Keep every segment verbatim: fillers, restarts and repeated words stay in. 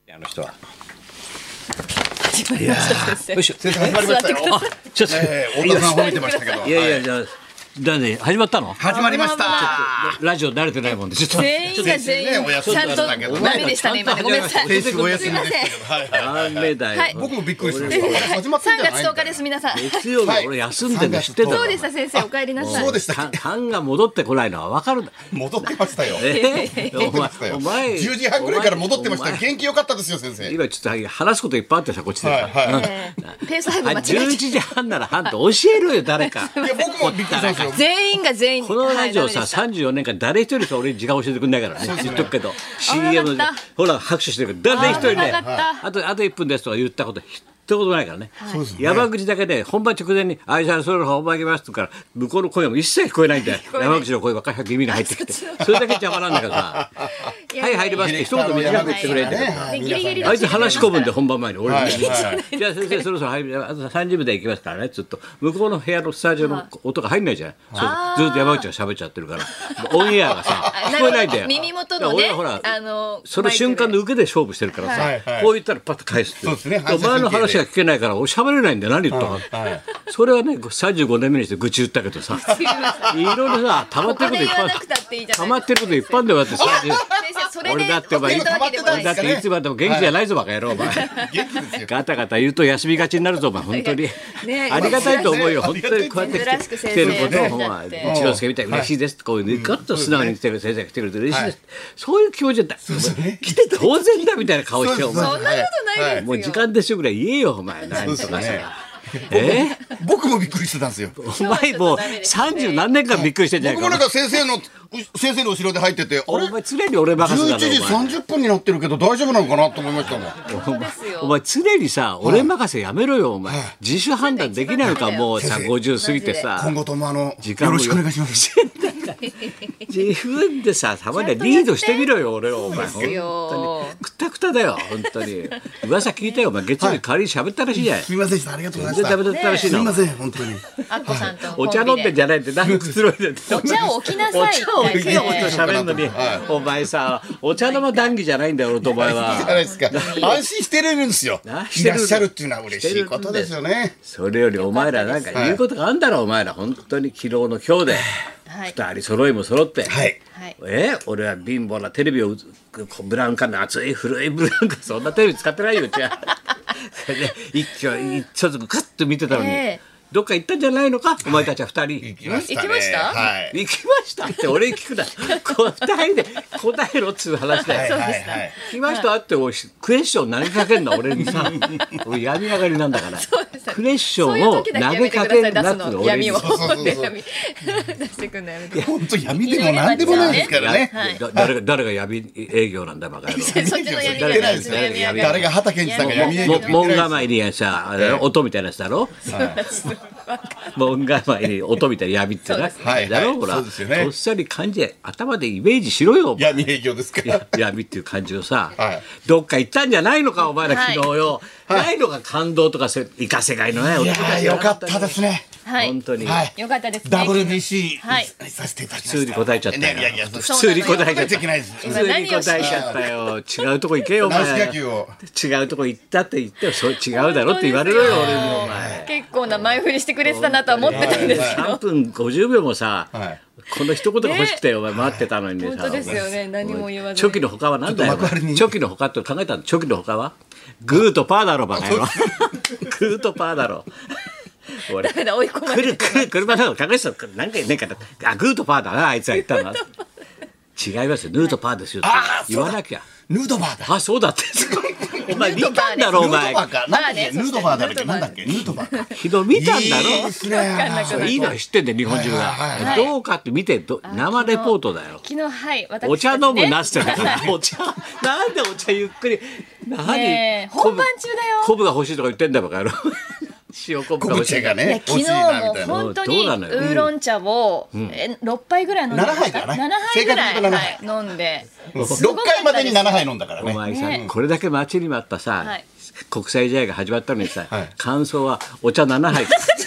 あの人は。 始まりました先生。 よいしょ。 先生始まりましたよ。 ちょっと、 えー、太田さん褒めてましたけど。 いやいや、じゃあ、だね、始まったの？ 始まりました。 ラジオ慣れてないもんで、ちょっと。 全員が全員ねお休みちゃんとだけどねダメでしたね今ねごめんなさい。 先週お休みすいません。 でしたけど。はいはい。 ダメだよ。 はい僕もびっくりしました。始まってん三じゃない月十日です皆さん。 月曜日俺休んでるの知ってたの？ そうでした先生お帰りなさい。 そうでしたっかけ。 勘が戻ってこないのはわかるんだ。 戻ってましたよ。 えーお前戻ってましたよ。 お前じゅうじはんぐらいから戻ってました。 お前元気良かったですよ先生。 今ちょっと話すこといっぱいあってさこっちで。 はいはい。 えーペース配分間違じゅうえいちじはんなら半と教えろよ誰か。 いや僕もびっくりしたんですよ。 全員が全員このラジオさ、 はいさんじゅうよねんかん誰一人か俺に時間教えてくんないからね言っとくけど シーエム で危なかったほら拍手してるけど誰一人ね危なかったあとあといっぷんですとか言ったこと一言ないからね、 そうですね山口だけで本番直前に「あいさんそろそろ本番行きます」って言うから向こうの声も一切聞こえないんだよこえない山口の声ばっかり耳に入ってきてそれだけ邪魔なんだからさ「はい入ります」って一言短く言ってくれんだよでギリギリであいつ話し込むんで本番前に俺に、 はいはいじゃあ先生そろそろ入りあとさんじゅっぷんで行きますからねずっと向こうの部屋のスタジオの音が入んないじゃん、そうずっと山口が喋っちゃってるからオンエアがさあ聞こえないんだよ耳元だのねから俺はほらあのその瞬間の受けで勝負してるからさ、 はいはいこう言ったらパッと返すってそうですねお前の話が聞けないから俺喋れないんだよ何言ったか、 はいそれはねさんじゅうごねんめにして愚痴言ったけどさいろいろさ溜まってることいっぱいここで言わなくたっていいじゃないですか溜まってることいっぱいあるんだよだってさ先生それで俺だってお前言ったわけでもない俺だっていつまでも元気じゃないぞバカ野郎お前元気ですよ。 ガタガタ言うと休みがちになるぞお前本当に、 ねありがたいと思うよまあ本当にこうやって来て珍しく先生来てることをねお前だって一之輔みたいに嬉しいですってこういうねガッと素直に来てる先生が来てくれて嬉しいです、そういう気持ちだった来て当然だみたいな顔してお前そんなことないですよ。 もう時間ですよぐらい言えよお前何とかさ、え僕もびっくりしてたんですよ。 お前もう三十何年間びっくりしてんじゃないか僕もなんか先生の先生の後ろで入ってて、あれお前常に俺任せ 11 だろ時お前さんじゅっぷんになってるけど大丈夫なのかなと思いましたもん。 そうですよ。 お前常にさ俺任せやめろよお前自主判断できないのかもうさ先生ごじゅう過ぎてさ今後ともあの時間もよろしくお願いします。 自分でさたまにはリードしてみろよ俺をお前そうですよ本当にくたくただよ本当に噂聞いたよお前月曜日代わりに喋ったらしいじゃないすみませんでした。ありがとうございました。 全然ダメだったらしいのすみません本当に。 アッコさんとのコおンビで茶飲んでんじゃないって何くつろいでんだお茶を置きなさいお茶を置きなこと一喋るのにはお前さお茶の間談義じゃないんだよ俺とお前じゃないはですか。安心してれるんですよ。いらっしゃるっていうのは嬉しいことですよね。 それよりお前らなんか言うことがあんだろお前ら本当に昨日の今日ではい二人揃いも揃ってはい。 はい。 え俺は貧乏なテレビをブラウン管の熱い古いブラウン管そんなテレビ使ってないようちはそれで一挙一挙ずつグッと見てたのに、 ええどっか行ったんじゃないのかお前たちは二人、 行きましたね。 行きましたはい。 行きましたって俺に聞くなこう二人で答えろっつう話だよ、 はいはいはい。 聞きましたっておいクエスチョン投げかけんの俺にさ俺病み上がりなんだからクエスチョンを投げかけんなっつうの俺に闇をそうそうそうそう闇出してくんのやめて。 本当闇でもなんでもないですからね。 はいだ誰が誰が闇営業なんだバカ野郎そっちの闇言ってないですよ。 闇闇誰が畑健二さんが闇営業って言も門ってないです構えにさあれ音みたいなやつだろ門構えに音みたいな闇ってなはいだろほらそうですよねとっさに感じ頭でイメージしろよお前闇営業ですから。 闇っていう感じをさ、 はいどっか行ったんじゃないのかお前らはい昨日よ、ないのか感動とかせイカ世界のねいやーよかったですね。 はい本当に、 はい。 よかったですね。 ダブリュービーシーはいさせていただきました。 普通に答えちゃったよいやいや普通に答えちゃった答えちゃいけないです。 普通に答えちゃったよ違うとこ行けよお軟式前野球を。 違うとこ行ったって言ってもそう違うだろって言われろよ俺にお前結構な前振りしてくれてたなとは思ってたんですけさんど。 ぷんごじゅうびょうもさ、 はいこの一言が欲しくてお前待ってたのにね本当ですよね。何も言わずに。 チョキの他は何だよちょっと幕張にチョキの他って考えたのチョキの他はグーとパーだろバカ野郎グーとパーだろ俺ダメだ追い込まれて来る来る車なの考えてた何回ねえかなあグーとパーだなあいつは言ったの違いますよヌーとパーですよってあー言わなきゃヌードバーだ。 あそうだってお前見たんだろおヌー前ドバーか。なんだっけまあねヌードバーだっけなんだっけヌードバーか。 昨日見たんだいいろですね。 そういいのは知ってんだよ日本中はいがどうかって見てど生レポートだよ昨日はい私たちねお茶飲むなっつってたからお茶なんでお茶ゆっくり何ねえ本番中だよ昆布が欲しいとか言ってんだバカ野郎塩昆布が昆布欲しい茶がね昨日欲しいなもみたいな。 本当にウどうなのよーロン茶をえろっぱいぐらい飲んでました。 ななはいかなななはいぐらい正確に言うとななはい飲んで。 ろっかいまでにななはい飲んだからね。 お前さ、 ねこれだけ待ちに待ったさ、 はい国際試合が始まったのにさ、 はい感想はお茶ななはい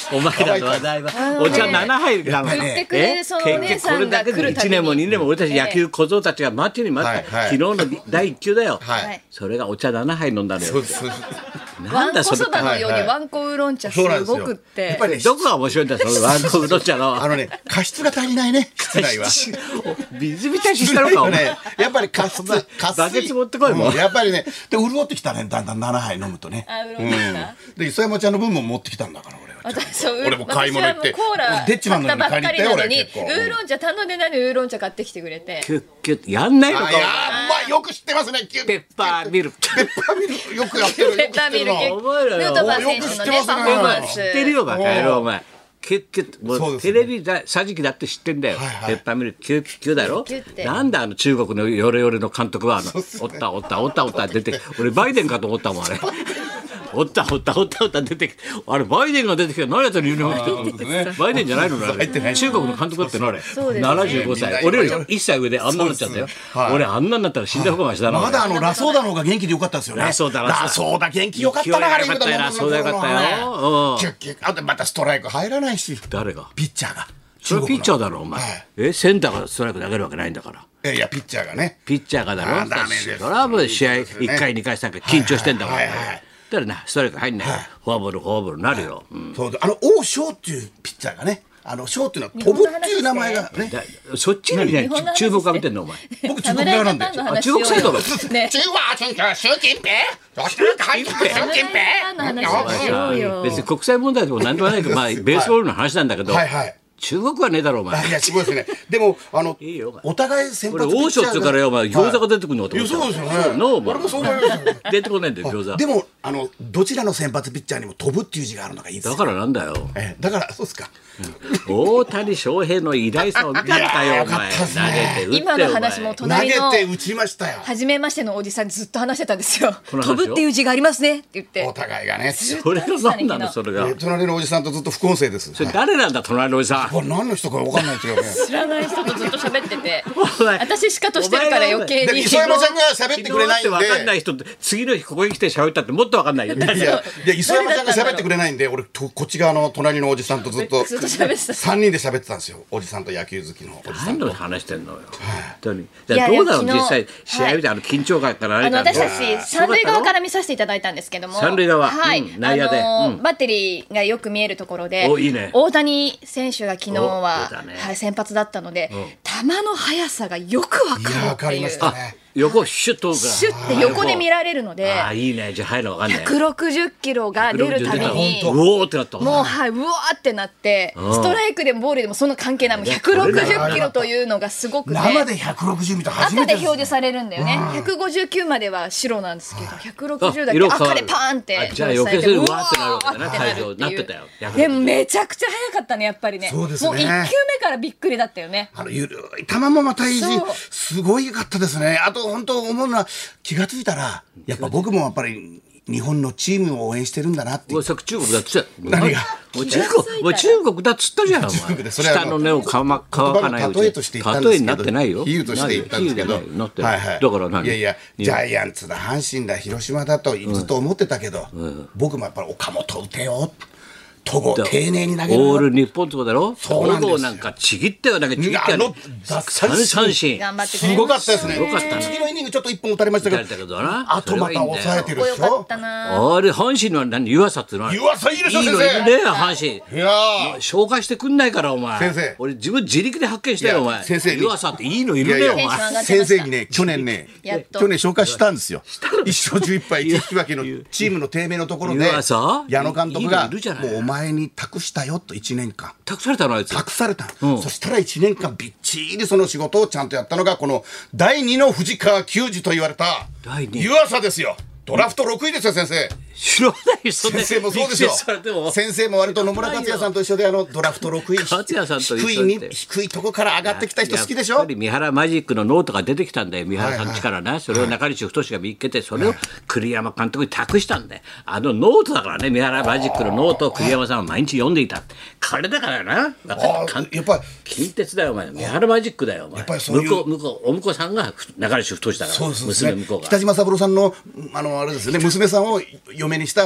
お前らの話題はお茶ななはいなの。 振ってくれるそのお姉さんが来るたびにこれだけでいちねんもにねんも俺たち野球小僧たちが待ちに待った、 はいはい昨日のだいいっきゅうだよ、 はいそれがお茶ななはい飲んだのよ。 そうそうわんこそばのようはいはいにわんこウーロン茶すそうなんですよごくってやっぱりねどこが面白いんだそのワンコウド茶のあのね加湿が足りないね室内は。 水浸ししたのかお前。 ね、やっぱり加湿、加水バケツ持ってこいもううんやっぱりね、で潤ってきたね、だんだんななはい飲むとね。 あ潤ってきたで磯山ちゃんの分も持ってきたんだから俺は。 私そう俺も買い物行って私はもうコーラデッチマンのように買ったばっかりなのに買いに行ったよ俺結構ウーロン茶頼んでないのにウーロン茶買ってきてくれてキュッキュッやんないのかあいやーまあよく知ってますね。キュッペッパーミルクペッパーミルクよくやってる。 ペッパーミルクよく知ってるなお前らよヌートバー選手のねよく知ってますねパフォーマンス知ってるよバカ野郎お前。キュッキュッもそうですねうテレビだ桟敷だって知ってんだよ、 はいはいペッパーミルクキュッキュッだろキュッてなんだあの中国のヨレヨレの監督はあのおったおったおったおった出て俺バイデンかと思ったもんあれおったおったおったおった出てきてあれバイデンが出てきて何やったらユニフォーム着てるねバイデンじゃないのあれ入ってない中国の監督だってのあれそうですねななじゅうごさい俺よりいっさい上であんなになっちゃったよ、 そうですはい俺あんなになったら死んだ方がマシだな、 まだあのラソーダの方が元気でよかったですよね。 ラソーダラソーダラソーダ元気よかったなあれ勢いよかったよラソーダよかったようんキュッキュッあとまたストライク入らないし。 誰がピッチャーが。 それピッチャーだろお前、 はいえセンターがストライク投げるわけないんだからいやいやピッチャーがね。 ピッチャーがだろあーダメですそれはもう試合そうですねいっかいにかいさんかい緊張してんだから、 はいはいはいだからなストライク入んない、フォアボールフォアボールなるよ、うんそうであの王将っていうピッチャーがね。あの翔っていうのは飛ぶっていう名前がね。 だそっちにね日本の話注目浴びてんのお前僕中国側なんで。 あ中国サイドだね中華中華習近平。どしたらかい習近平。 の話をしようよ別に国際問題でも何でもないけど、まあ、ベースボールの話なんだけど、 はいはい。 中国はねえだろお前あいやすごいですね。でもあのいいよお互い先これ発ピッチャーが王将っつうからよお前餃子が出てくるのかといや思ったそうですよね。 ノーマ俺もそう思いますよ。 出てこないんだよ餃子でもあのどちらの先発ピッチャーにも飛ぶっていう字があるのがいいですよ。 だからなんだよええだからそうですか。 大谷翔平の偉大さを見たのかいやーよお前よかったっすね投げて打って今の話も投隣のげて打ちましたよ。 初めましてのおじさんにずっと話してたんですよこの話を飛ぶっていう字がありますねって言ってお互いがね。 それが何なのそれがえ隣のおじさんとずっと副音声です。 それはい誰なんだ隣のおじさんこれ何の人かわかんないですけどね。 知らない人とずっと喋っててお前私しかとしてるから余計にで磯山ちゃんが喋ってくれないんで。 昨日って分かんない人って次の日ここに来て喋ったってもっと分かんないよいやいや磯山ちゃんが喋ってくれないんで俺とこっち側の隣のおじさんとずっとずっと喋ってたさんにんで喋ってたんですよ。おじさんと野球好きのおじさんと何の。話してんのよ本当にいやどうなのいや昨日実際試合であの緊張感からあ何かの私たち三塁側から見させていただいたんですけども三塁側はい、 うん内野であのーうんバッテリーがよく見えるところでおいいね大谷選手が昨日おは出たねはい、先発だったのでうん球の速さがよくわいやわかりまかるっていうしたね。 横シュッとからシュッて横で見られるのでああいいねじゃあ入るの分かんないひゃくろくじゅっキロが出るためにうおーってなったもうはいうわーってなってうんストライクでもボールでもそんな関係ないもうひゃくろくじゅっキロというのがすごくて生でひゃくろくじゅう見た初め赤てです。 で表示されるんだよねひゃくごじゅうきゅうまでは白なんですけどひゃくろくじゅうだけあ色変わる赤でパーンってあじゃあ表示されて余計それうわーってなるわけだねうわーってなるっていう会場なってたよでもめちゃくちゃ速かったねやっぱりねそうですねもういっきゅうめからびっくりだったよねあのゆるい球もまたいいしそうすごいかったですね。あと本当思うのは気がついたらやっぱ僕もやっぱり日本のチームを応援してるんだなっていうおいさっき中国だっつった何がもう中国もう中国だっつったじゃんお前中国でそれは下の根をかま乾かない言葉の例えとして言ったんですけど例えになってないよ比喩として言ったんですけど比喩じゃないなってないはいはいだから何いやいやジャイアンツだ阪神だ広島だとずっと思ってたけど、僕もやっぱり岡本打てよ戸郷丁寧に投げるよオール日本ってことだろそうなんですよ戸郷なんかちぎってはなんかちぎってはあの奪三振三振頑張ってくれすごかったですねすごかったね次のイニングちょっと一本打たれましたけ打たれたけどどなあとまた抑えてるでしょかっこよかったなあれ阪神のは何湯浅っていうのは湯浅いいでしょいいの先生いるね阪神いやー紹介してくんないからお前先生俺自分自力で発見したいやよお前先生に湯浅っていいのいるねいやいやお前テンション上がってました先生にね去年ねやっと去年紹介したんですよ一勝じゅういっぱいいち引き分けのチームの低迷のところで湯浅矢野監督いいがのいるじゃないもうお前に託したよといちねんかん託されたのあいつ託された、 うんそしたらいちねんかんびっちりその仕事をちゃんとやったのがこのだいにの藤川球児と言われただいに湯浅ですよ。ドラフトろくいですよ先生。 知らないそんな先生もそうですよびっくりされても先生も割と野村克也さんと一緒であのドラフトろくい克也さんと一緒低いってに低いとこから上がってきた人好きでしょやっぱり三原マジックのノートが出てきたんだよ三原さんの力な、それを中西太が見っけてそれを栗山監督に託したんだよあのノートだからね三原マジックのノートを栗山さんは毎日読んでいたこれだからな分かあったーやっぱり近鉄だよお前三原マジックだよお前やっぱりそういう向こう向こうお婿さんが中西太だからそうですね娘向こうが北島三郎さんのあのあれですね娘さんを嫁にした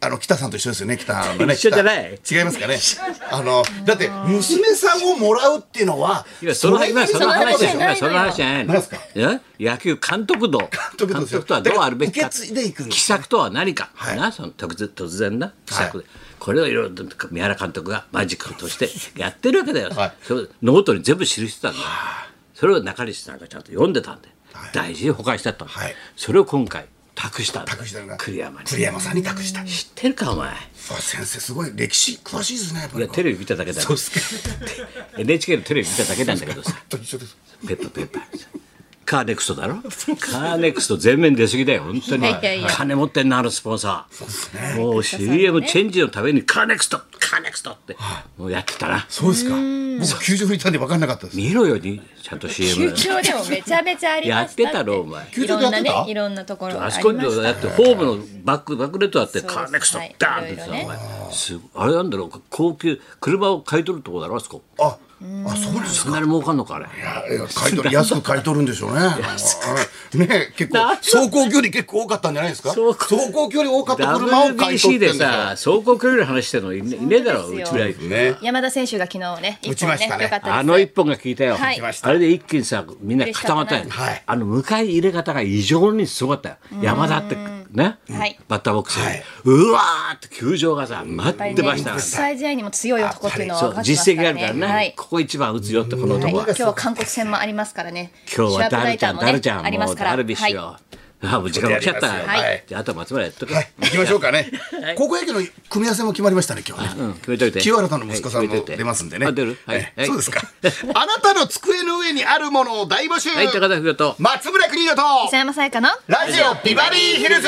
あの北さんと一緒ですよね。北のね。 一緒じゃない。 違いますかね。あのだって娘さんをもらうっていうのは、 いやその今その話じゃない。その話じゃない。 何ですか。 野球監督道。監督とはどうあるべきか。奇策とは何か。なその突然な奇策で。これをいろいろと三原監督がマジックとしてやってるわけだよ。それノートに全部記してたんだよ。それを中西さんがちゃんと読んでたんで、大事に保管してあったの。それを今回託したんだ。 託したのが栗山に。 栗山さんに託した。 知ってるかお前。 先生すごい歴史詳しいですね。 いやテレビ見ただけだ。そうですか。エヌエイチケー のテレビ見ただけなんだけどさ。ペットペーパー。カーネクストだろ。カーネクスト全面出過ぎだよ本当に。金持ってんなあのスポンサー。もう シーエム チェンジのためにカーネクストカーネクストってもうやってたな。 そうですか。僕球場にいたんで分かんなかったです。 見ろよにちゃんと シーエム。 球場でもめちゃめちゃありました。 やってたろお前。 いろんなねいろんなところがありました。 あそこにだってホームのバックバックネットあってカーネクストダーンってさお前。すあれなんだろう高級車を買い取るとこだろあそこ。 ああそうですか。 そんなに儲かんのかあれ。 いや買い取り安く買い取るんでしょうね。ね結構走行距離結構多かったんじゃないですか。走行距離多かった車を買い取ってんだよ。 ダブリュービーシー でさ走行距離の話してるのいねえだろうちぐらいね。 山田選手が昨日ね打ちましたね。 あの一本が効いたよ。あれで一気にさみんな固まったよ。あの迎え入れ方が異常にすごかったよ。山田ってねバッターボックスうわーって球場がさ待ってましたから。 国際試合にも強い男っていうのは分かってます実績がからあるからね。ここ一番打つよってこの男は。 今日は韓国戦もありますからね。 今日はダルちゃんダルちゃんもうダルビッシュよ。あもう時間が来ちゃった。じゃああと松村やっとけ。 行きましょうかね。高校野球の組み合わせも決まりましたね今日ね。 決めといて。 清原さんの息子さんも出ますんでね。 出る。はい。 そうですか。あなたの机の上にあるものを大募集。 はい高田文夫と松村邦洋と磯山さやかのラジオビバリーヒルズ。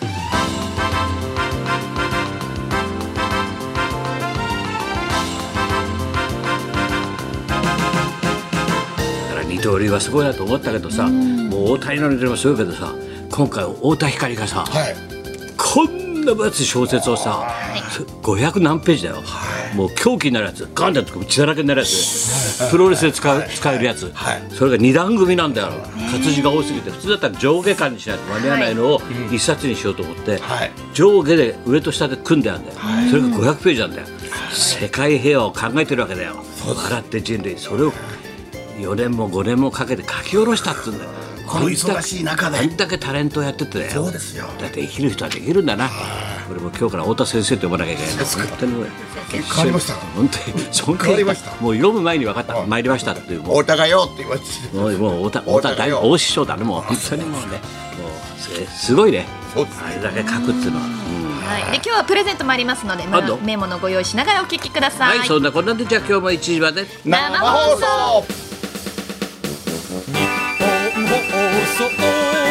二刀流はすごいなと思ったけどさ、もう大谷の二刀流もすごいけどさ、今回太田光がさ、はい、こんな分厚い小説をさ、はい、ごひゃく何ページだよ、はい、もう狂気になるやつガンって血だらけになるやつ、はい、プロレスで使う、はい、使えるやつ、はい、それが二段組なんだよ。活字が多すぎて普通だったら上下巻にしないと間に合わないのを一冊にしようと思って、はい、上下で上と下で組んであるんだよ、はい、それがごひゃくページなんだよ、はい、世界平和を考えてるわけだよ。笑って人類それをよねんもごねんもかけて書き下ろしたって言うんだよ。 この忙しい中であんだけタレントをやっててだよ。 そうですよ。 だってできる人はできるんだな。これも今日から太田先生と呼ばなきゃいけない。 本当に変わりました。 本当にそんな変わりました。もう読む前に分かった。参りましたっていう。 太田がよって言われて。 もうもう太田太田大大師匠だねもう本当にもうねもうすごいね。あれだけ書くっていうのは。 はい、で今日はプレゼントもありますので、まあ、メモのご用意しながらお聞きください。 はい、そんなこんなでじゃあ今日もいちじまで生放送。 日本放送